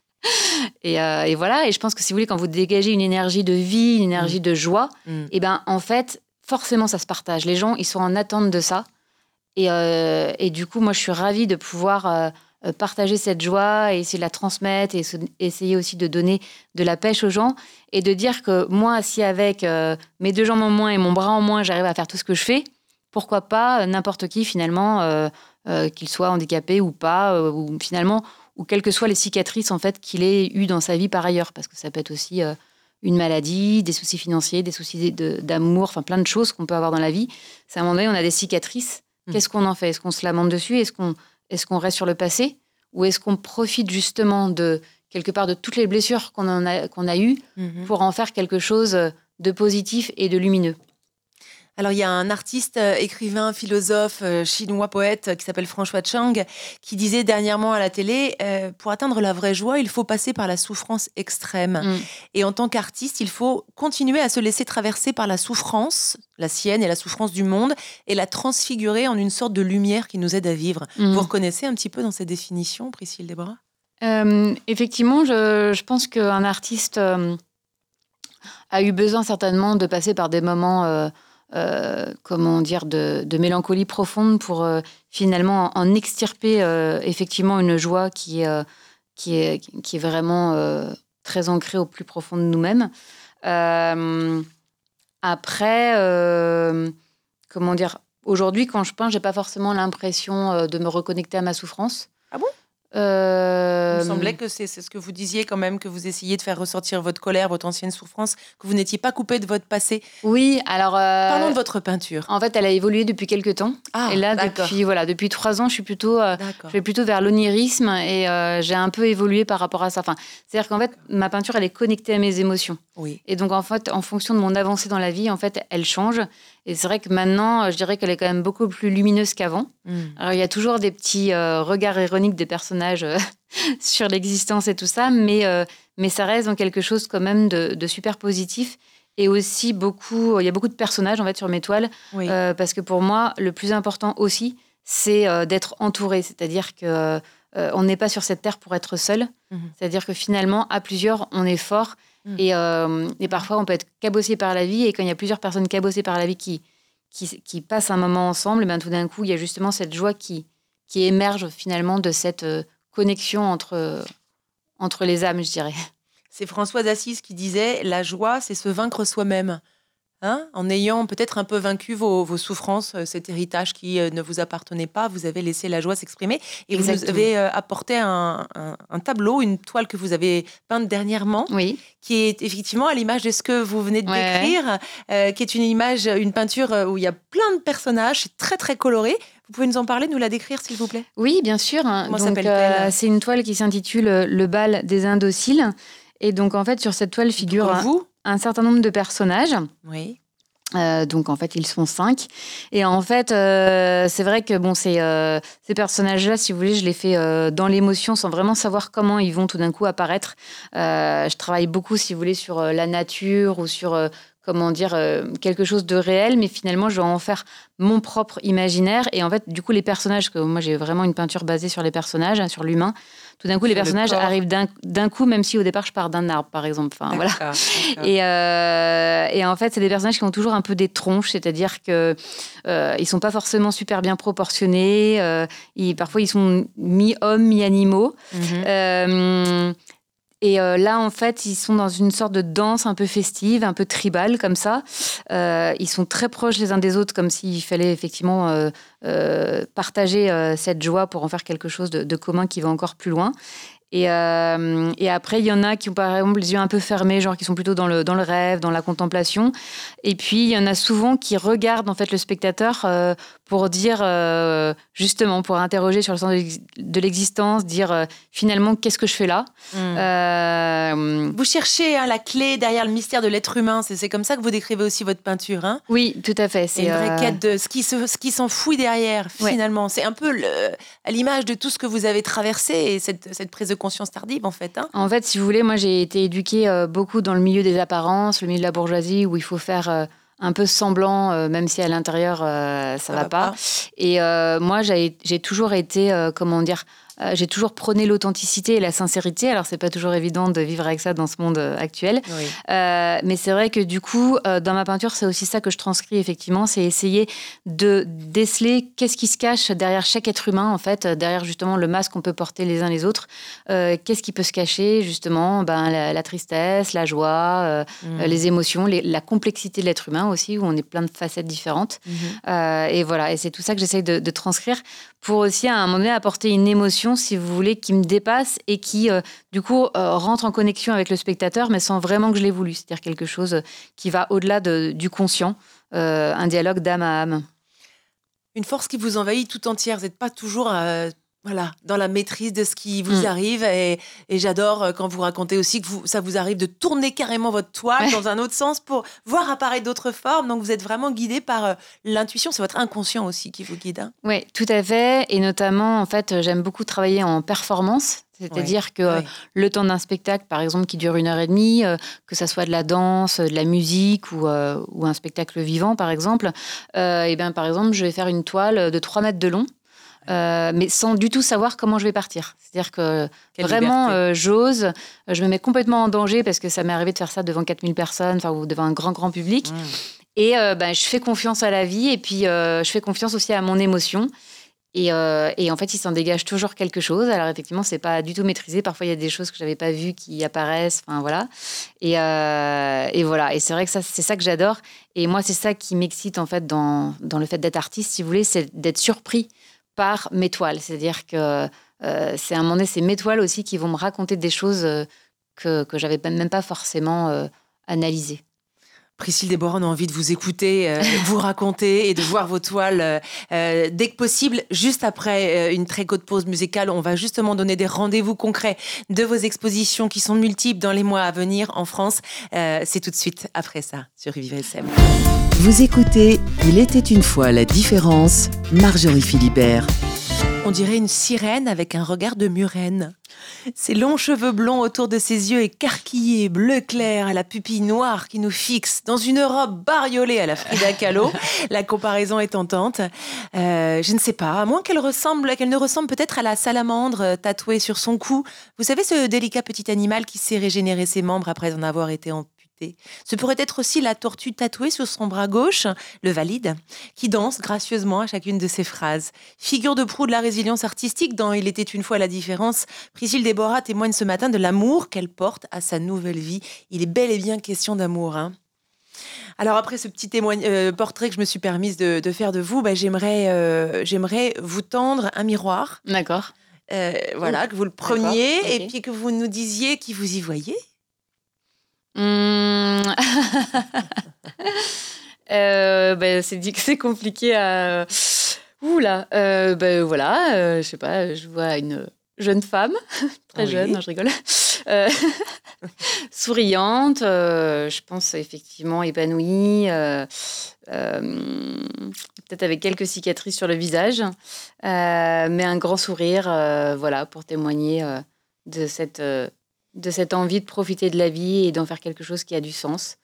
et, euh, et voilà. Et je pense que si vous voulez, quand vous dégagez une énergie de vie, une énergie mmh. de joie, mmh. et ben en fait, forcément, ça se partage. Les gens, ils sont en attente de ça. Et, euh, et du coup, moi, je suis ravie de pouvoir euh, partager cette joie et essayer de la transmettre et essayer aussi de donner de la pêche aux gens et de dire que moi, si avec euh, mes deux jambes en moins et mon bras en moins, j'arrive à faire tout ce que je fais, pourquoi pas n'importe qui, finalement, euh, euh, qu'il soit handicapé ou pas, euh, ou finalement, ou quelles que soient les cicatrices, en fait, qu'il ait eues dans sa vie par ailleurs. Parce que ça peut être aussi euh, une maladie, des soucis financiers, des soucis de, d'amour, enfin, plein de choses qu'on peut avoir dans la vie. C'est à un moment donné, on a des cicatrices. Qu'est-ce qu'on en fait ? Est-ce qu'on se lamente dessus ? Est-ce qu'on, est-ce qu'on reste sur le passé ? Ou est-ce qu'on profite justement de, quelque part, de toutes les blessures qu'on, en a, qu'on a eues mmh. pour en faire quelque chose de positif et de lumineux ? Alors, il y a un artiste, euh, écrivain, philosophe, euh, chinois, poète, euh, qui s'appelle François Chang, qui disait dernièrement à la télé, euh, pour atteindre la vraie joie, il faut passer par la souffrance extrême. Mm. Et en tant qu'artiste, il faut continuer à se laisser traverser par la souffrance, la sienne et la souffrance du monde, et la transfigurer en une sorte de lumière qui nous aide à vivre. Mm. Vous reconnaissez un petit peu dans cette définition, Priscille Desbras ? euh, Effectivement, je, je pense qu'un artiste euh, a eu besoin certainement de passer par des moments... Euh, Euh, comment dire, de, de mélancolie profonde pour euh, finalement en extirper euh, effectivement une joie qui, euh, qui, est, qui est vraiment euh, très ancrée au plus profond de nous-mêmes. Euh, après, euh, comment dire, aujourd'hui, quand je peins, j'ai pas forcément l'impression de me reconnecter à ma souffrance. Ah bon ? Euh... Il me semblait que c'est, c'est ce que vous disiez quand même, que vous essayez de faire ressortir votre colère, votre ancienne souffrance, que vous n'étiez pas coupé de votre passé. Oui, alors... Euh... Parlons de votre peinture. En fait, elle a évolué depuis quelques temps. Ah, et là, d'accord. depuis, voilà, depuis trois ans, je suis plutôt, euh, je vais plutôt vers l'onirisme et euh, j'ai un peu évolué par rapport à ça. Enfin, c'est-à-dire qu'en fait, ma peinture, elle est connectée à mes émotions. Oui. Et donc, en fait, en fonction de mon avancée dans la vie, en fait, elle change. Et c'est vrai que maintenant, je dirais qu'elle est quand même beaucoup plus lumineuse qu'avant. Mm. Alors, il y a toujours des petits euh, regards ironiques des personnages euh, sur l'existence et tout ça, mais, euh, mais ça reste dans quelque chose quand même de, de super positif. Et aussi, beaucoup, il y a beaucoup de personnages en fait, sur mes toiles, oui. euh, parce que pour moi, le plus important aussi, c'est euh, d'être entouré. C'est-à-dire qu'on euh, n'est pas sur cette terre pour être seul. Mm. C'est-à-dire que finalement, à plusieurs, on est fort. Et, euh, et parfois, on peut être cabossé par la vie. Et quand il y a plusieurs personnes cabossées par la vie qui, qui, qui passent un moment ensemble, et bien, tout d'un coup, il y a justement cette joie qui, qui émerge finalement de cette euh, connexion entre, entre les âmes, je dirais. C'est Françoise Assise qui disait « La joie, c'est se vaincre soi-même ». Hein, en ayant peut-être un peu vaincu vos, vos souffrances, cet héritage qui euh, ne vous appartenait pas, vous avez laissé la joie s'exprimer. Et Exactement. Vous nous avez euh, apporté un, un, un tableau, une toile que vous avez peinte dernièrement, oui. qui est effectivement à l'image de ce que vous venez de ouais. décrire, euh, qui est une image, une peinture où il y a plein de personnages, c'est très très coloré. Vous pouvez nous en parler, nous la décrire s'il vous plaît ? Oui, bien sûr. Comment donc, s'appelle-t-elle ? euh, C'est une toile qui s'intitule « Le bal des indociles ». Et donc en fait, sur cette toile figure un, un certain nombre de personnages. Oui. Euh, donc en fait ils sont cinq et en fait euh, c'est vrai que bon c'est euh, ces personnages là si vous voulez je les fais euh, dans l'émotion sans vraiment savoir comment ils vont tout d'un coup apparaître. Euh, je travaille beaucoup si vous voulez sur euh, la nature ou sur euh, comment dire, euh, quelque chose de réel, mais finalement, je vais en faire mon propre imaginaire. Et en fait, du coup, les personnages, que moi, j'ai vraiment une peinture basée sur les personnages, hein, sur l'humain. Tout d'un coup, les personnages arrivent d'un, d'un coup, même si au départ, je pars d'un arbre, par exemple. Enfin, voilà. D'accord. Et, euh, et en fait, c'est des personnages qui ont toujours un peu des tronches, c'est-à-dire qu'ils euh, ne sont pas forcément super bien proportionnés. Euh, ils, parfois, ils sont mi-hommes, mi-animaux. Mm-hmm. Euh, Et euh, là, en fait, ils sont dans une sorte de danse un peu festive, un peu tribale, comme ça. Euh, ils sont très proches les uns des autres, comme s'il fallait effectivement euh, euh, partager euh, cette joie pour en faire quelque chose de, de commun qui va encore plus loin. Et, euh, et après, il y en a qui ont par exemple les yeux un peu fermés, genre qui sont plutôt dans le, dans le rêve, dans la contemplation. Et puis, il y en a souvent qui regardent en fait le spectateur euh, pour dire, euh, justement, pour interroger sur le sens de l'existence, dire euh, finalement, qu'est-ce que je fais là mmh. euh, Vous cherchez hein, la clé derrière le mystère de l'être humain. C'est, c'est comme ça que vous décrivez aussi votre peinture. Hein oui, tout à fait. C'est une vraie euh... quête de ce qui, se, ce qui s'enfouit derrière, finalement. Ouais. C'est un peu le, à l'image de tout ce que vous avez traversé et cette, cette prise de conscience tardive, en fait. Hein en fait, si vous voulez, moi, j'ai été éduquée euh, beaucoup dans le milieu des apparences, le milieu de la bourgeoisie, où il faut faire euh, un peu semblant, euh, même si à l'intérieur, euh, ça, ça va, va pas. pas. Et euh, moi, j'ai, j'ai toujours été, euh, comment dire... Euh, j'ai toujours prôné l'authenticité et la sincérité. Alors, c'est pas toujours évident de vivre avec ça dans ce monde actuel. Oui. Euh, mais c'est vrai que du coup, euh, dans ma peinture, c'est aussi ça que je transcris, effectivement. C'est essayer de déceler qu'est-ce qui se cache derrière chaque être humain, en fait, derrière justement le masque qu'on peut porter les uns les autres. Euh, qu'est-ce qui peut se cacher, justement ben, la, la tristesse, la joie, euh, mmh. les émotions, les, la complexité de l'être humain aussi, où on est plein de facettes différentes. Mmh. Euh, et voilà, et c'est tout ça que j'essaye de, de transcrire pour aussi, à un moment donné, apporter une émotion, si vous voulez, qui me dépasse et qui, euh, du coup, euh, rentre en connexion avec le spectateur, mais sans vraiment que je l'ai voulu. C'est-à-dire quelque chose qui va au-delà de, du conscient, euh, un dialogue d'âme à âme. Une force qui vous envahit tout entière. Vous n'êtes pas toujours... Euh... Voilà, dans la maîtrise de ce qui vous mmh. arrive. Et, et j'adore quand vous racontez aussi que vous, ça vous arrive de tourner carrément votre toile ouais. dans un autre sens pour voir apparaître d'autres formes. Donc, vous êtes vraiment guidé par euh, l'intuition. C'est votre inconscient aussi qui vous guide. Hein. Oui, tout à fait. Et notamment, en fait, j'aime beaucoup travailler en performance. C'est-à-dire ouais, que ouais. le temps d'un spectacle, par exemple, qui dure une heure et demie, euh, que ça soit de la danse, de la musique ou, euh, ou un spectacle vivant, par exemple, euh, et bien, par exemple, je vais faire une toile de trois mètres de long. Euh, mais sans du tout savoir comment je vais partir. C'est-à-dire que Quelle vraiment, euh, j'ose, je me mets complètement en danger parce que ça m'est arrivé de faire ça devant quatre mille personnes ou devant un grand, grand public. Mmh. Et euh, ben, je fais confiance à la vie et puis euh, je fais confiance aussi à mon émotion. Et, euh, et en fait, il s'en dégage toujours quelque chose. Alors effectivement, c'est pas du tout maîtrisé. Parfois, il y a des choses que j'avais pas vues qui apparaissent. Enfin voilà. Et, euh, et voilà. Et c'est vrai que ça, c'est ça que j'adore. Et moi, c'est ça qui m'excite en fait dans, dans le fait d'être artiste, si vous voulez, c'est d'être surpris par mes toiles. C'est-à-dire que euh, c'est à un moment donné, c'est mes toiles aussi qui vont me raconter des choses euh, que, que je n'avais même pas forcément euh, analysées. Priscille Desbordes, on a envie de vous écouter, euh, vous raconter et de voir vos toiles euh, dès que possible. Juste après euh, une très courte pause musicale, on va justement donner des rendez-vous concrets de vos expositions qui sont multiples dans les mois à venir en France. Euh, c'est tout de suite après ça sur Vivre F M. Vous écoutez Il était une fois la différence, Marjorie Philibert. On dirait une sirène avec un regard de murène. Ses longs cheveux blonds autour de ses yeux écarquillés, bleu clair, à la pupille noire qui nous fixe, dans une robe bariolée à la Frida Kahlo. La comparaison est tentante. Euh, je ne sais pas, à moins qu'elle ressemble, qu'elle ne ressemble peut-être à la salamandre tatouée sur son cou. Vous savez, ce délicat petit animal qui sait régénérer ses membres après en avoir été amputé. Ce pourrait être aussi la tortue tatouée sur son bras gauche, le valide, qui danse gracieusement à chacune de ses phrases. Figure de proue de la résilience artistique dans Il était une fois la différence, Priscille Desbordes témoigne ce matin de l'amour qu'elle porte à sa nouvelle vie. Il est bel et bien question d'amour. Hein. Alors après ce petit témoigne, euh, portrait que je me suis permise de, de faire de vous, bah, j'aimerais, euh, j'aimerais vous tendre un miroir. D'accord. Euh, voilà, Ouh. que vous le preniez okay. et puis que vous nous disiez qui vous y voyez. Mmh. euh, ben, c'est dit que c'est compliqué à... Ouh là, euh, ben voilà, euh, je sais pas, je vois une jeune femme, très oui. jeune, non, je rigole, euh, souriante, euh, je pense effectivement épanouie, euh, euh, peut-être avec quelques cicatrices sur le visage, euh, mais un grand sourire, euh, voilà, pour témoigner euh, de cette... Euh, de cette envie de profiter de la vie et d'en faire quelque chose qui a du sens.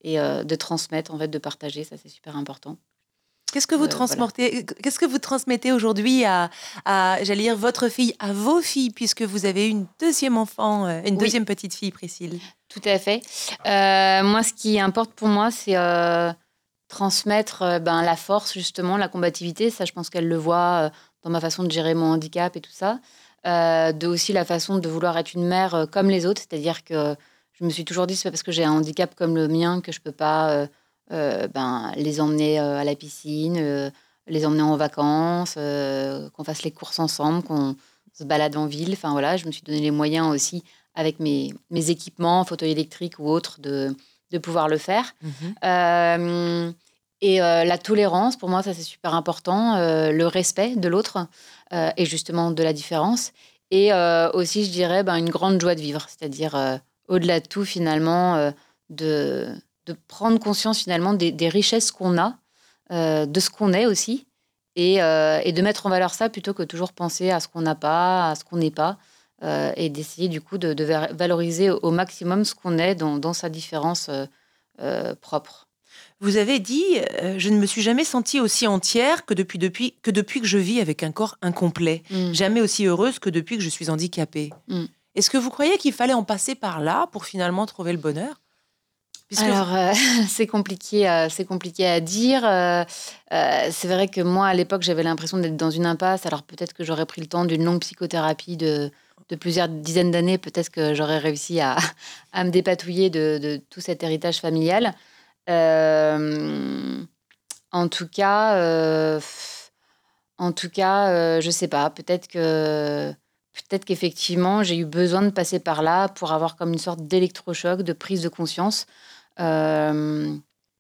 et euh, de transmettre, en fait, de partager. Ça, c'est super important. Qu'est-ce que vous Euh, transmettez, voilà. Qu'est-ce que vous transmettez aujourd'hui à, à, j'allais dire, votre fille, à vos filles, puisque vous avez une deuxième enfant, une oui. deuxième petite fille, Priscille. Tout à fait. Euh, moi, ce qui importe pour moi, c'est euh, transmettre euh, ben, la force, justement, la combativité. Ça, je pense qu'elle le voit euh, dans ma façon de gérer mon handicap et tout ça. Euh, de aussi la façon de vouloir être une mère euh, comme les autres. C'est-à-dire que je me suis toujours dit, c'est pas parce que j'ai un handicap comme le mien que je peux pas... Euh, Euh, ben, les emmener euh, à la piscine, euh, les emmener en vacances, euh, qu'on fasse les courses ensemble, qu'on se balade en ville. Enfin, voilà, je me suis donné les moyens aussi, avec mes, mes équipements, fauteuils électriques ou autres, de, de pouvoir le faire. Mm-hmm. Euh, et euh, la tolérance, pour moi, ça, c'est super important. Euh, le respect de l'autre euh, et justement de la différence. Et euh, aussi, je dirais, ben, une grande joie de vivre. C'est-à-dire, euh, au-delà de tout, finalement, euh, de... de prendre conscience finalement des, des richesses qu'on a, euh, de ce qu'on est aussi, et, euh, et de mettre en valeur ça plutôt que toujours penser à ce qu'on n'a pas, à ce qu'on n'est pas, euh, et d'essayer du coup de, de valoriser au maximum ce qu'on est dans, dans sa différence euh, euh, propre. Vous avez dit euh, « Je ne me suis jamais sentie aussi entière que depuis, depuis, que depuis que je vis avec un corps incomplet. Mm. Jamais aussi heureuse que depuis que je suis handicapée. Mm. » Est-ce que vous croyez qu'il fallait en passer par là pour finalement trouver le bonheur ? Puisque... Alors, euh, c'est compliqué, euh, c'est compliqué à dire. Euh, euh, c'est vrai que moi, à l'époque, j'avais l'impression d'être dans une impasse. Alors, peut-être que j'aurais pris le temps d'une longue psychothérapie de, de plusieurs dizaines d'années. Peut-être que j'aurais réussi à, à me dépatouiller de, de tout cet héritage familial. Euh, en tout cas, euh, en tout cas, euh, je sais pas. Peut-être que... Peut-être qu'effectivement, j'ai eu besoin de passer par là pour avoir comme une sorte d'électrochoc, de prise de conscience. Euh,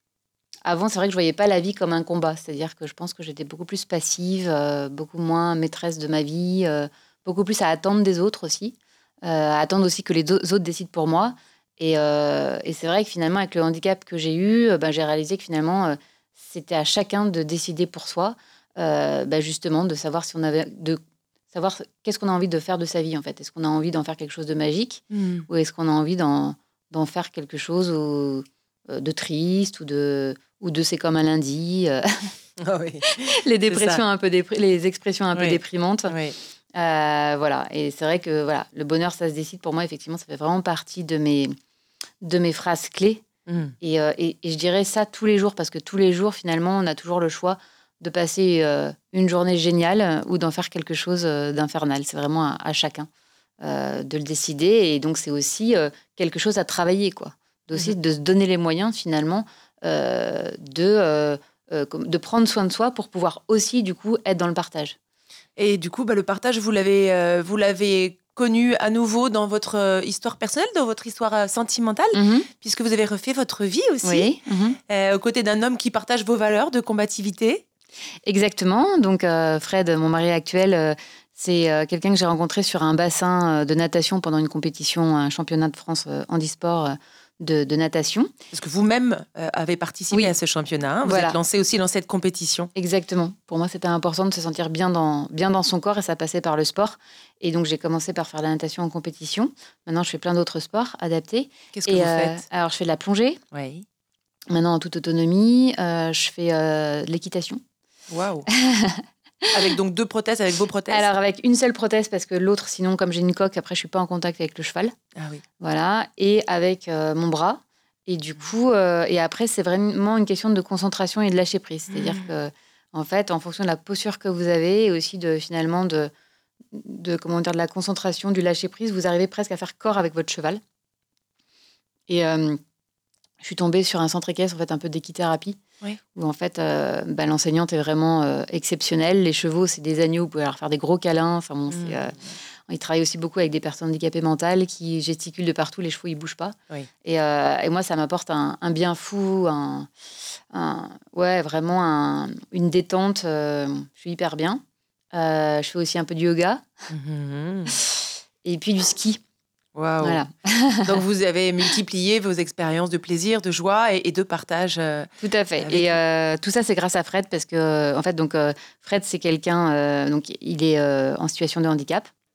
avant, c'est vrai que je ne voyais pas la vie comme un combat. C'est-à-dire que je pense que j'étais beaucoup plus passive, euh, beaucoup moins maîtresse de ma vie, euh, beaucoup plus à attendre des autres aussi, euh, à attendre aussi que les do- autres décident pour moi. Et, euh, et c'est vrai que finalement, avec le handicap que j'ai eu, euh, ben, j'ai réalisé que finalement, euh, c'était à chacun de décider pour soi, euh, ben, justement, de savoir si on avait... de savoir qu'est-ce qu'on a envie de faire de sa vie, en fait. Est-ce qu'on a envie d'en faire quelque chose de magique mmh. ou est-ce qu'on a envie d'en, d'en faire quelque chose ou, euh, de triste ou de, ou de c'est comme un lundi. Euh, oh oui, les dépressions un peu dépri- les expressions un peu oui. déprimantes. Oui. Euh, voilà. Et c'est vrai que voilà, le bonheur, ça se décide. Pour moi, effectivement, ça fait vraiment partie de mes, de mes phrases clés. Mmh. Et, euh, et, et je dirais ça tous les jours parce que tous les jours, finalement, on a toujours le choix de passer euh, une journée géniale euh, ou d'en faire quelque chose euh, d'infernal. C'est vraiment à, à chacun euh, de le décider. Et donc, c'est aussi euh, quelque chose à travailler, quoi. Aussi mmh. de se donner les moyens, finalement, euh, de, euh, euh, de prendre soin de soi pour pouvoir aussi, du coup, être dans le partage. Et du coup, bah, le partage, vous l'avez, euh, vous l'avez connu à nouveau dans votre euh, histoire personnelle, dans votre histoire euh, sentimentale, mmh. puisque vous avez refait votre vie aussi, oui. mmh. euh, aux côtés d'un homme qui partage vos valeurs de combativité. Exactement. Donc, euh, Fred, mon mari actuel, euh, c'est euh, quelqu'un que j'ai rencontré sur un bassin euh, de natation pendant une compétition, un championnat de France euh, handisport euh, de, de natation. Parce que vous-même euh, avez participé oui. à ce championnat. Hein, vous voilà. êtes lancé aussi dans cette compétition. Exactement. Pour moi, c'était important de se sentir bien dans, bien dans son corps et ça passait par le sport. Et donc, j'ai commencé par faire la natation en compétition. Maintenant, je fais plein d'autres sports adaptés. Qu'est-ce que et, vous euh, faites ? Alors, je fais de la plongée. Oui. Maintenant, en toute autonomie. Euh, je fais euh, de l'équitation. Waouh. Avec donc deux prothèses, avec vos prothèses ? Alors, avec une seule prothèse, parce que l'autre, sinon, comme j'ai une coque, après, je ne suis pas en contact avec le cheval. Ah oui. Voilà. Et avec euh, mon bras. Et du coup, euh, et après, c'est vraiment une question de concentration et de lâcher prise. C'est-à-dire mmh. que, en fait, en fonction de la posture que vous avez et aussi de, finalement, de, de, comment dire, de la concentration, du lâcher prise, vous arrivez presque à faire corps avec votre cheval. Et euh, je suis tombée sur un centre équestre, en fait, un peu d'équithérapie. Oui. Où en fait, euh, bah, l'enseignante est vraiment euh, exceptionnelle. Les chevaux, c'est des agneaux, vous pouvez leur faire des gros câlins. Enfin bon, mmh. c'est, euh, il travaille aussi beaucoup avec des personnes handicapées mentales qui gesticulent de partout, les chevaux, ils bougent pas. Oui. Et, euh, et moi, ça m'apporte un, un bien fou, un, un, ouais, vraiment un, une détente. Euh, je suis hyper bien. Euh, je fais aussi un peu de yoga. Mmh. Et puis du ski. Waouh. Voilà. Donc, vous avez multiplié vos expériences de plaisir, de joie et, et de partage. Euh, tout à fait. Et euh, tout ça, c'est grâce à Fred parce que, en fait, donc, euh, Fred, c'est quelqu'un, euh, donc, il est euh, en situation de handicap.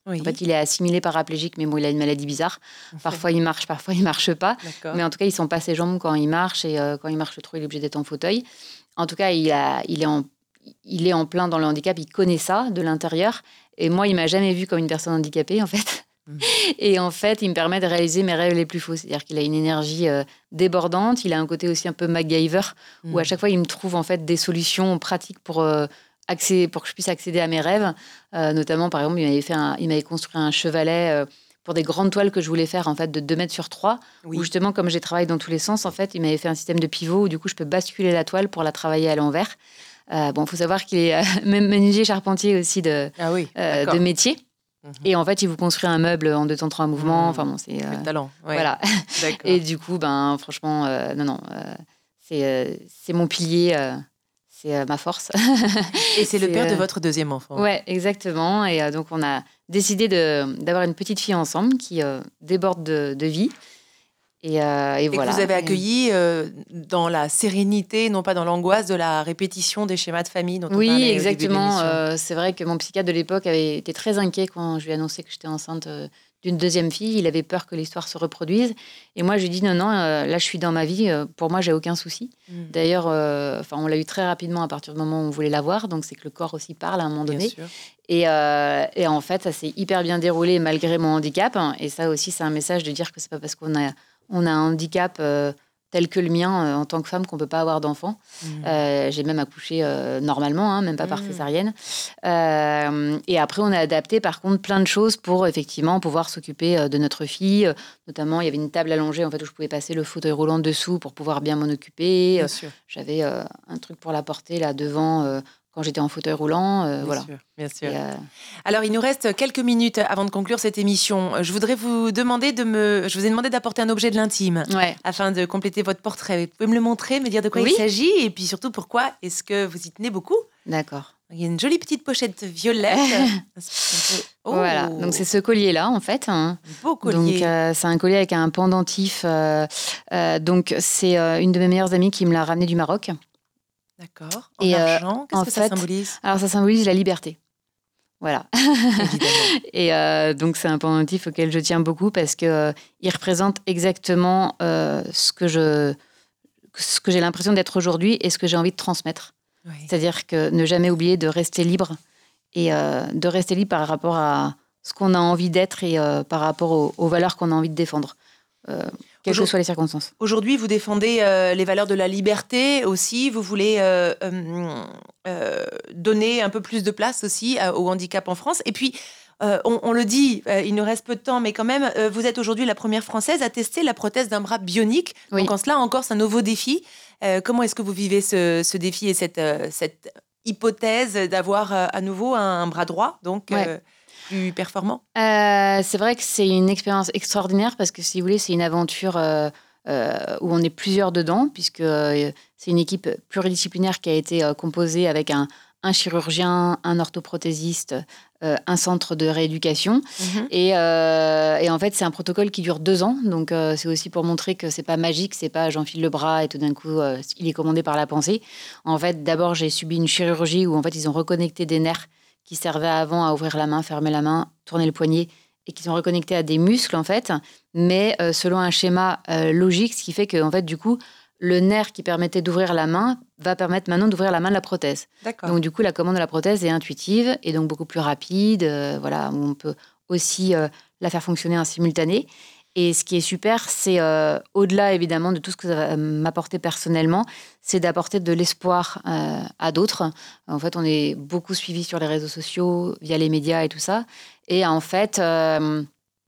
Oui. En fait, il est assimilé paraplégique, mais bon, il a une maladie bizarre. Parfois, il marche, parfois, il marche pas. D'accord. Mais en tout cas, il sent pas ses jambes quand il marche. Et euh, quand il marche trop, il est obligé d'être en fauteuil. En tout cas, il, a, il, est en, il est en plein dans le handicap. Il connaît ça de l'intérieur. Et moi, il m'a jamais vu comme une personne handicapée, en fait. Mmh. Et en fait, il me permet de réaliser mes rêves les plus fous. C'est-à-dire qu'il a une énergie euh, débordante. Il a un côté aussi un peu MacGyver, mmh. où à chaque fois, il me trouve en fait des solutions pratiques pour... Euh, Accéder, pour que je puisse accéder à mes rêves. Euh, notamment, par exemple, il m'avait, fait un, il m'avait construit un chevalet euh, pour des grandes toiles que je voulais faire en fait, de deux mètres sur trois. Oui. Où justement, comme j'ai travaillé dans tous les sens, en fait, il m'avait fait un système de pivot où du coup, je peux basculer la toile pour la travailler à l'envers. Euh, bon, il faut savoir qu'il est euh, même menuisier charpentier aussi de, ah oui, euh, de métier. Mmh. Et en fait, il vous construit un meuble en deux temps, trois mouvements. Mmh. Enfin bon, c'est... Euh, talent. Ouais. Voilà. Et du coup, ben, franchement, euh, non, non, euh, c'est, euh, c'est mon pilier... Euh, C'est euh, ma force. Et c'est, c'est le père euh... de votre deuxième enfant. Ouais, exactement. Et euh, donc, on a décidé de, d'avoir une petite fille ensemble qui euh, déborde de, de vie. Et, euh, et, et voilà. que vous avez accueilli euh, dans la sérénité, non pas dans l'angoisse de la répétition des schémas de famille dont on oui, parlait exactement. au début de l'émission. Euh, c'est vrai que mon psychiatre de l'époque avait été très inquiet quand je lui ai annoncé que j'étais enceinte euh, d'une deuxième fille. Il avait peur que l'histoire se reproduise. Et moi, je lui ai dit non, non, euh, là, je suis dans ma vie. Euh, pour moi, j'ai aucun souci. Mmh. D'ailleurs, euh, on l'a eu très rapidement à partir du moment où on voulait l'avoir. Donc, c'est que le corps aussi parle à un moment donné. Et, euh, et en fait, ça s'est hyper bien déroulé malgré mon handicap. Et ça aussi, c'est un message de dire que c'est pas parce qu'on a, on a un handicap... Euh, tel que le mien euh, en tant que femme qu'on ne peut pas avoir d'enfant. Mmh. Euh, j'ai même accouché euh, normalement, hein, même pas mmh. par césarienne. Euh, et après, on a adapté par contre plein de choses pour effectivement pouvoir s'occuper euh, de notre fille. Notamment, il y avait une table allongée en fait, où je pouvais passer le fauteuil roulant dessous pour pouvoir bien m'en occuper. Bien sûr. J'avais euh, un truc pour la porter là devant euh, quand j'étais en fauteuil roulant. Euh, bien voilà. sûr, bien sûr. Et, euh... Alors, il nous reste quelques minutes avant de conclure cette émission. Je voudrais vous demander de me... Je vous ai demandé d'apporter un objet de l'intime ouais. afin de compléter votre portrait. Vous pouvez me le montrer, me dire de quoi oui. il s'agit et puis surtout pourquoi est-ce que vous y tenez beaucoup ? D'accord. Il y a une jolie petite pochette violette. oh. Voilà, donc c'est ce collier-là en fait. Hein. Beau collier. Donc euh, c'est un collier avec un pendentif. Euh, euh, donc c'est euh, une de mes meilleures amies qui me l'a ramené du Maroc. D'accord. En et argent, euh, qu'est-ce en que fait, ça symbolise ? Alors, ça symbolise la liberté. Voilà. Évidemment. Et euh, donc, c'est un pendentif auquel je tiens beaucoup parce qu'il euh, représente exactement euh, ce, que je, ce que j'ai l'impression d'être aujourd'hui et ce que j'ai envie de transmettre. Oui. C'est-à-dire que ne jamais oublier de rester libre et euh, de rester libre par rapport à ce qu'on a envie d'être et euh, par rapport aux, aux valeurs qu'on a envie de défendre. Euh, Quelles que soient les circonstances. Aujourd'hui, vous défendez euh, les valeurs de la liberté aussi. Vous voulez euh, euh, euh, donner un peu plus de place aussi euh, au handicap en France. Et puis, euh, on, on le dit, euh, il nous reste peu de temps, mais quand même, euh, vous êtes aujourd'hui la première Française à tester la prothèse d'un bras bionique. Oui. Donc, en cela, encore, c'est un nouveau défi. Euh, comment est-ce que vous vivez ce, ce défi et cette, euh, cette hypothèse d'avoir euh, à nouveau un, un bras droit donc, ouais. euh, plus performant ? euh, C'est vrai que c'est une expérience extraordinaire parce que, si vous voulez, c'est une aventure euh, euh, où on est plusieurs dedans, puisque euh, c'est une équipe pluridisciplinaire qui a été euh, composée avec un, un chirurgien, un orthoprothésiste, euh, un centre de rééducation. Mmh. Et, euh, et en fait, c'est un protocole qui dure deux ans. Donc, euh, c'est aussi pour montrer que c'est pas magique, c'est pas j'enfile le bras et tout d'un coup, euh, il est commandé par la pensée. En fait, d'abord, j'ai subi une chirurgie où en fait, ils ont reconnecté des nerfs qui servaient avant à ouvrir la main, fermer la main, tourner le poignet, et qui sont reconnectés à des muscles, en fait, mais euh, selon un schéma euh, logique, ce qui fait que, en fait, du coup, le nerf qui permettait d'ouvrir la main va permettre maintenant d'ouvrir la main de la prothèse. D'accord. Donc, du coup, la commande de la prothèse est intuitive et donc beaucoup plus rapide. Euh, voilà, on peut aussi euh, la faire fonctionner en simultané. Et ce qui est super, c'est euh, au-delà évidemment de tout ce que ça va m'apporter personnellement, c'est d'apporter de l'espoir euh, à d'autres. En fait, on est beaucoup suivis sur les réseaux sociaux, via les médias et tout ça. Et en fait, euh,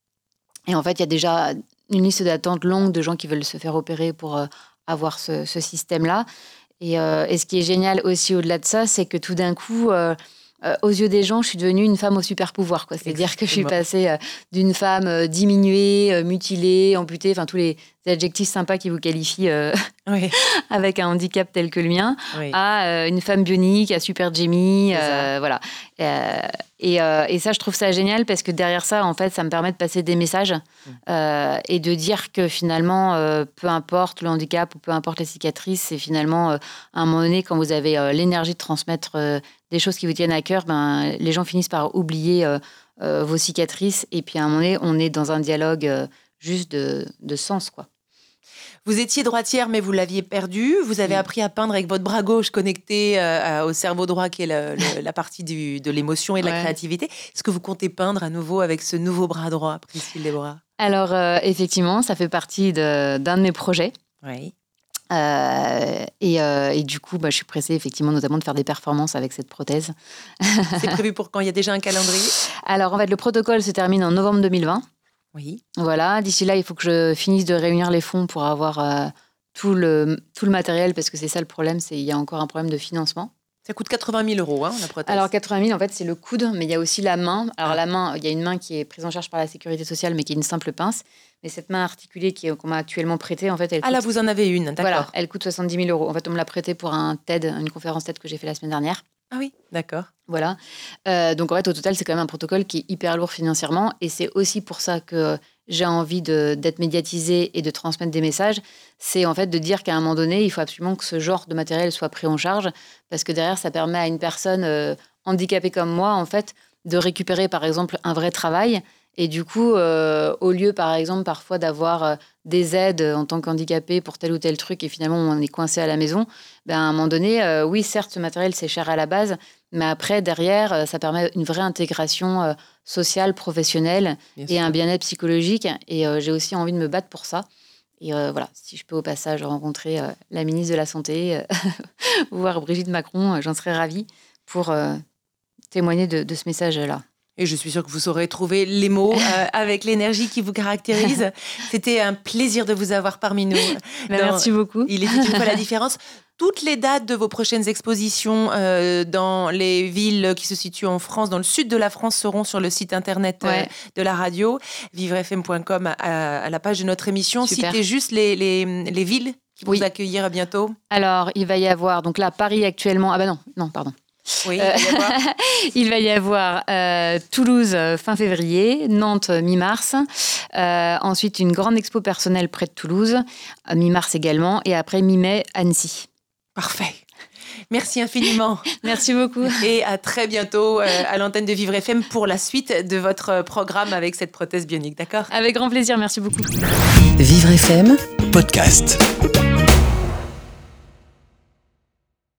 et en fait, il y a déjà une liste d'attente longue de gens qui veulent se faire opérer pour euh, avoir ce, ce système-là. Et, euh, et ce qui est génial aussi au-delà de ça, c'est que tout d'un coup, euh, euh, aux yeux des gens, je suis devenue une femme au super pouvoir, quoi. C'est-à-dire que je suis passée euh, d'une femme euh, diminuée, euh, mutilée, amputée, enfin tous les adjectifs sympas qui vous qualifient euh, oui. avec un handicap tel que le mien, oui. à euh, une femme bionique, à super Jamie, euh, voilà. Euh, Et, euh, et ça, je trouve ça génial parce que derrière ça, en fait, ça me permet de passer des messages euh, et de dire que finalement, euh, peu importe le handicap ou peu importe les cicatrices, c'est finalement, euh, à un moment donné, quand vous avez euh, l'énergie de transmettre euh, des choses qui vous tiennent à cœur, ben, les gens finissent par oublier euh, euh, vos cicatrices. Et puis à un moment donné, on est dans un dialogue euh, juste de, de sens, quoi. Vous étiez droitière, mais vous l'aviez perdu. Vous avez Oui. appris à peindre avec votre bras gauche connecté euh, au cerveau droit, qui est le, le, la partie du, de l'émotion et de la Ouais. créativité. Est-ce que vous comptez peindre à nouveau avec ce nouveau bras droit, Priscille Desborats ? Alors, euh, effectivement, ça fait partie de, d'un de mes projets. Oui. Euh, et, euh, et du coup, bah, je suis pressée, effectivement, notamment de faire des performances avec cette prothèse. C'est prévu pour quand ? Il y a déjà un calendrier ? Alors, en fait, le protocole se termine en novembre deux mille vingt. Oui. Voilà, d'ici là, il faut que je finisse de réunir les fonds pour avoir euh, tout, le, tout le matériel, parce que c'est ça le problème, c'est qu'il y a encore un problème de financement. Ça coûte quatre-vingt mille euros, hein, la prothèse. Alors, quatre-vingt mille, en fait, c'est le coude, mais il y a aussi la main. Alors, Ah. la main, il y a une main qui est prise en charge par la sécurité sociale, mais qui est une simple pince. Mais cette main articulée qui est- qu'on m'a actuellement prêtée, en fait, elle Ah là, coûte, vous en avez une, d'accord. voilà, elle coûte soixante-dix mille euros. En fait, on me l'a prêtée pour un TED, une conférence TED que j'ai fait la semaine dernière. Ah oui, d'accord. Voilà. Euh, donc, en fait, au total, c'est quand même un protocole qui est hyper lourd financièrement. Et c'est aussi pour ça que j'ai envie de, d'être médiatisée et de transmettre des messages. C'est en fait de dire qu'à un moment donné, il faut absolument que ce genre de matériel soit pris en charge. Parce que derrière, ça permet à une personne euh, handicapée comme moi, en fait, de récupérer, par exemple, un vrai travail. Et du coup, euh, au lieu, par exemple, parfois d'avoir euh, des aides en tant qu'handicapé pour tel ou tel truc et finalement on est coincé à la maison, ben, à un moment donné, euh, oui, certes, ce matériel, c'est cher à la base, mais après, derrière, euh, ça permet une vraie intégration euh, sociale, professionnelle Bien et sûr. un bien-être psychologique. Et euh, j'ai aussi envie de me battre pour ça. Et euh, voilà, si je peux au passage rencontrer euh, la ministre de la Santé, euh, voir Brigitte Macron, euh, j'en serais ravie pour euh, témoigner de, de ce message-là. Et je suis sûre que vous saurez trouver les mots euh, avec l'énergie qui vous caractérise. C'était un plaisir de vous avoir parmi nous. Ben, Dans- merci beaucoup. Il était une fois la différence. Toutes les dates de vos prochaines expositions euh, dans les villes qui se situent en France, dans le sud de la France, seront sur le site internet euh, Ouais. de la radio, vivre f m point com, à, à la page de notre émission. Super. Citez juste les, les, les villes qui vont Oui. vous accueillir bientôt. Alors, il va y avoir, donc là, Paris actuellement. Ah ben non, non, pardon. Oui, Euh, il va y avoir- Il va y avoir euh, Toulouse euh, fin février, Nantes euh, mi-mars, euh, ensuite une grande expo personnelle près de Toulouse, euh, mi-mars également, et après mi-mai, Annecy. Parfait. Merci infiniment. Merci beaucoup. Et à très bientôt euh, à l'antenne de Vivre F M pour la suite de votre programme avec cette prothèse bionique, d'accord ? Avec grand plaisir, merci beaucoup. Vivre F M, podcast.